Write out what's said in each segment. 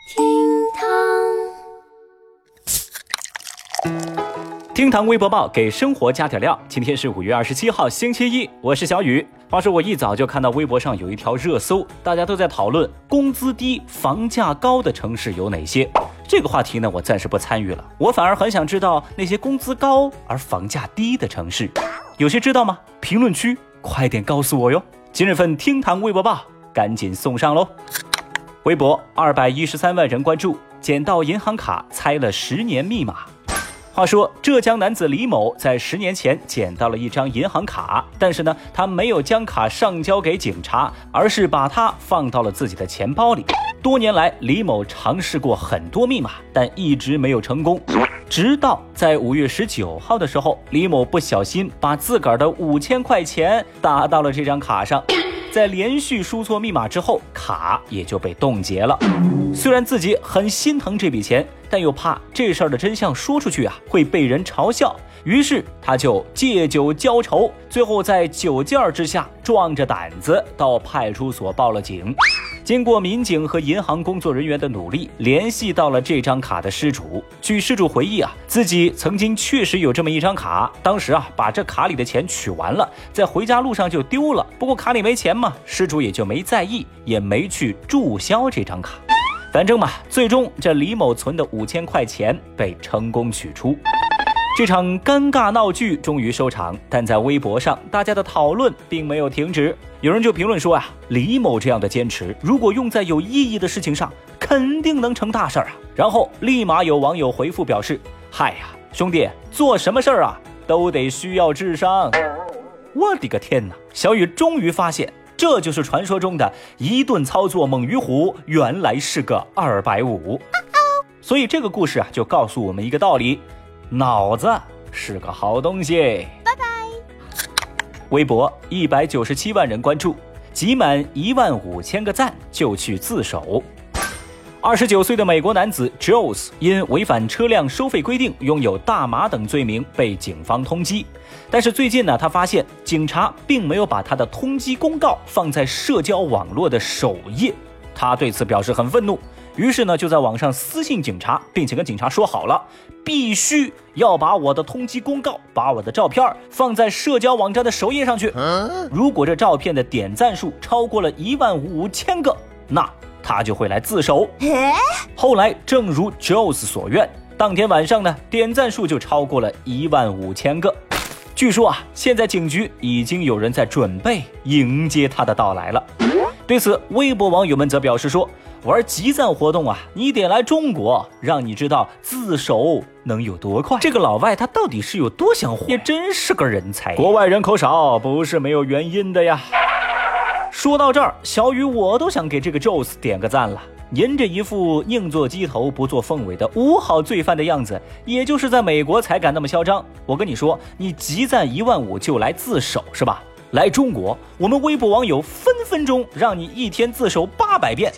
厅堂微博报给生活加点料。今天是5月27号星期一，我是小雨。话说我一早就看到微博上有一条热搜，大家都在讨论工资低、房价高的城市有哪些。这个话题呢，我暂时不参与了，我反而很想知道那些工资高而房价低的城市，有谁知道吗？评论区快点告诉我哟！今日份厅堂微博报赶紧送上喽！微博213万人关注，捡到银行卡猜了10年密码。话说浙江男子李某在10年前捡到了一张银行卡，但是呢，他没有将卡上交给警察，而是把它放到了自己的钱包里。多年来，李某尝试过很多密码，但一直没有成功。直到在5月19号的时候，李某不小心把自个儿的5000块钱打到了这张卡上。在连续输错密码之后，卡也就被冻结了。虽然自己很心疼这笔钱，但又怕这事儿的真相说出去啊会被人嘲笑，于是他就借酒浇愁，最后在酒劲儿之下壮着胆子到派出所报了警。经过民警和银行工作人员的努力，联系到了这张卡的失主。据失主回忆啊，自己曾经确实有这么一张卡，当时啊把这卡里的钱取完了，在回家路上就丢了。不过卡里没钱嘛，失主也就没在意，也没去注销这张卡。反正嘛，最终这李某存的5000块钱被成功取出。这场尴尬闹剧终于收场，但在微博上大家的讨论并没有停止。有人就评论说啊，李某这样的坚持如果用在有意义的事情上，肯定能成大事啊。然后立马有网友回复表示，嗨呀，兄弟，做什么事儿啊都得需要智商。我的个天哪，小雨终于发现，这就是传说中的一顿操作猛于虎，原来是个250。所以这个故事啊，就告诉我们一个道理，脑子是个好东西。拜拜。微博197万人关注，集满15000个赞就去自首。29岁的美国男子 Jones 因违反车辆收费规定，拥有大麻等罪名被警方通缉。但是最近呢，他发现警察并没有把他的通缉公告放在社交网络的首页，他对此表示很愤怒。于是呢，就在网上私信警察，并且跟警察说好了，必须要把我的通缉公告、把我的照片放在社交网站的首页上去。如果这照片的点赞数超过了15000个，那他就会来自首。后来，正如 Jones 所愿，当天晚上呢，点赞数就超过了15000个。据说啊，现在警局已经有人在准备迎接他的到来了。对此，微博网友们则表示说，玩集赞活动啊，你得来中国，让你知道自首能有多快。这个老外他到底是有多想火，也真是个人才。国外人口少不是没有原因的呀。说到这儿，小雨我都想给这个 Jones 点个赞了。您这一副宁做鸡头不做凤尾的5好罪犯的样子，也就是在美国才敢那么嚣张。我跟你说，你集赞15000就来自首是吧？来中国，我们微博网友分钟让你一天自首800遍。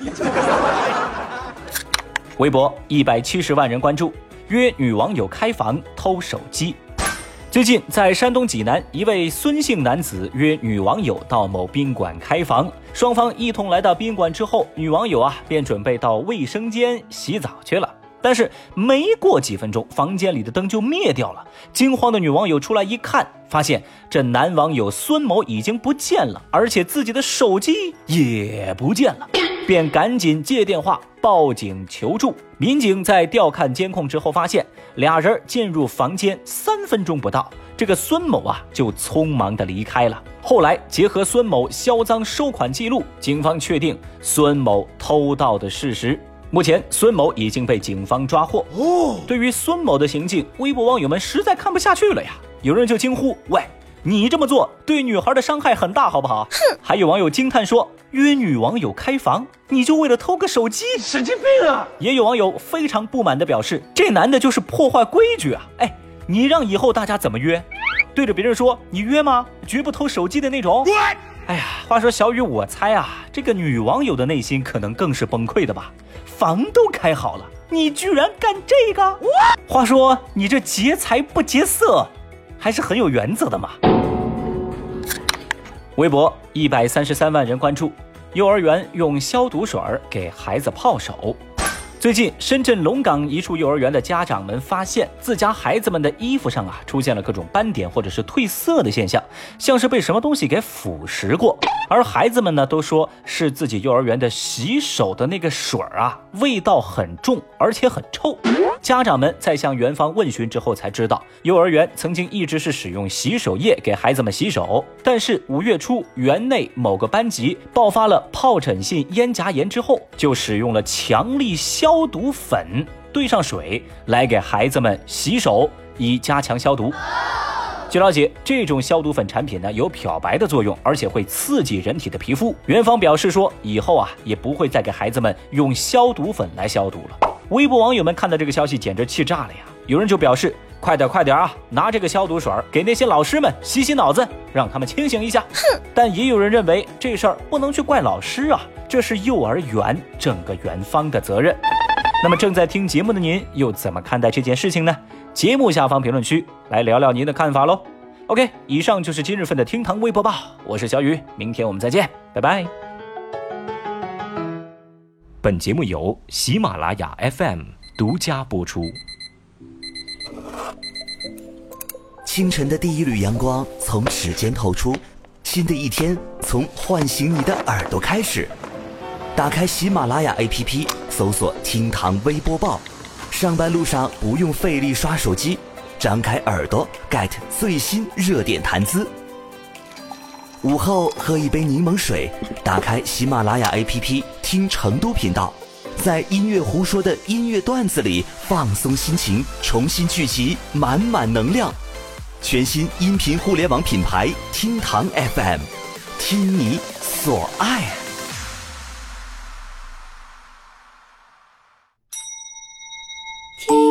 微博170万人关注，约女网友开房偷手机。最近在山东济南，一位孙姓男子约女网友到某宾馆开房，双方一同来到宾馆之后，女网友便准备到卫生间洗澡去了。但是没过几分钟，房间里的灯就灭掉了。惊慌的女网友出来一看，发现这男网友孙某已经不见了，而且自己的手机也不见了，便赶紧接电话报警求助。民警在调看监控之后发现，俩人进入房间3分钟不到，这个孙某就匆忙地离开了。后来结合孙某销赃收款记录，警方确定孙某偷盗的事实。目前孙某已经被警方抓获。对于孙某的行径，微博网友们实在看不下去了呀！有人就惊呼，喂，你这么做对女孩的伤害很大好不好？还有网友惊叹说，约女网友开房你就为了偷个手机， 神经病啊！ 也有网友非常不满地表示，这男的就是破坏规矩啊！哎，你让以后大家怎么约？对着别人说你约吗？绝不偷手机的那种。哎呀，话说小雨，我猜这个女网友的内心可能更是崩溃的吧。房都开好了，你居然干这个？话说你这劫财不劫色，还是很有原则的嘛。微博133万人关注，幼儿园用消毒水给孩子泡手。 最近，深圳龙岗一处幼儿园的家长们发现，自家孩子们的衣服上出现了各种斑点或者是褪色的现象，像是被什么东西给腐蚀过。而孩子们呢，都说是自己幼儿园的洗手的那个水味道很重，而且很臭。家长们在向园方问询之后才知道，幼儿园曾经一直是使用洗手液给孩子们洗手，但是5月初园内某个班级爆发了疱疹性咽颊炎之后，就使用了强力消毒粉兑上水来给孩子们洗手，以加强消毒。据了解，这种消毒粉产品呢有漂白的作用，而且会刺激人体的皮肤。园方表示说，以后也不会再给孩子们用消毒粉来消毒了。微博网友们看到这个消息简直气炸了呀！有人就表示，快点拿这个消毒水给那些老师们洗洗脑子，让他们清醒一下。但也有人认为这事儿不能去怪老师这是幼儿园整个园方的责任。那么正在听节目的您又怎么看待这件事情呢？节目下方评论区来聊聊您的看法咯。OK， 以上就是今日份的厅堂微博报，我是小雨，明天我们再见，拜拜。本节目由喜马拉雅 FM 独家播出。 清晨的第一缕阳光从指尖透出，新的一天从唤醒你的耳朵开始。打开喜马拉雅 APP， 搜索厅堂微播报，上班路上不用费力刷手机，张开耳朵 get 最新热点谈资。午后喝一杯柠檬水，打开喜马拉雅 APP 听成都频道，在音乐胡说的音乐段子里放松心情，重新聚集满满能量。全新音频互联网品牌厅堂 FM， 听你所爱。 听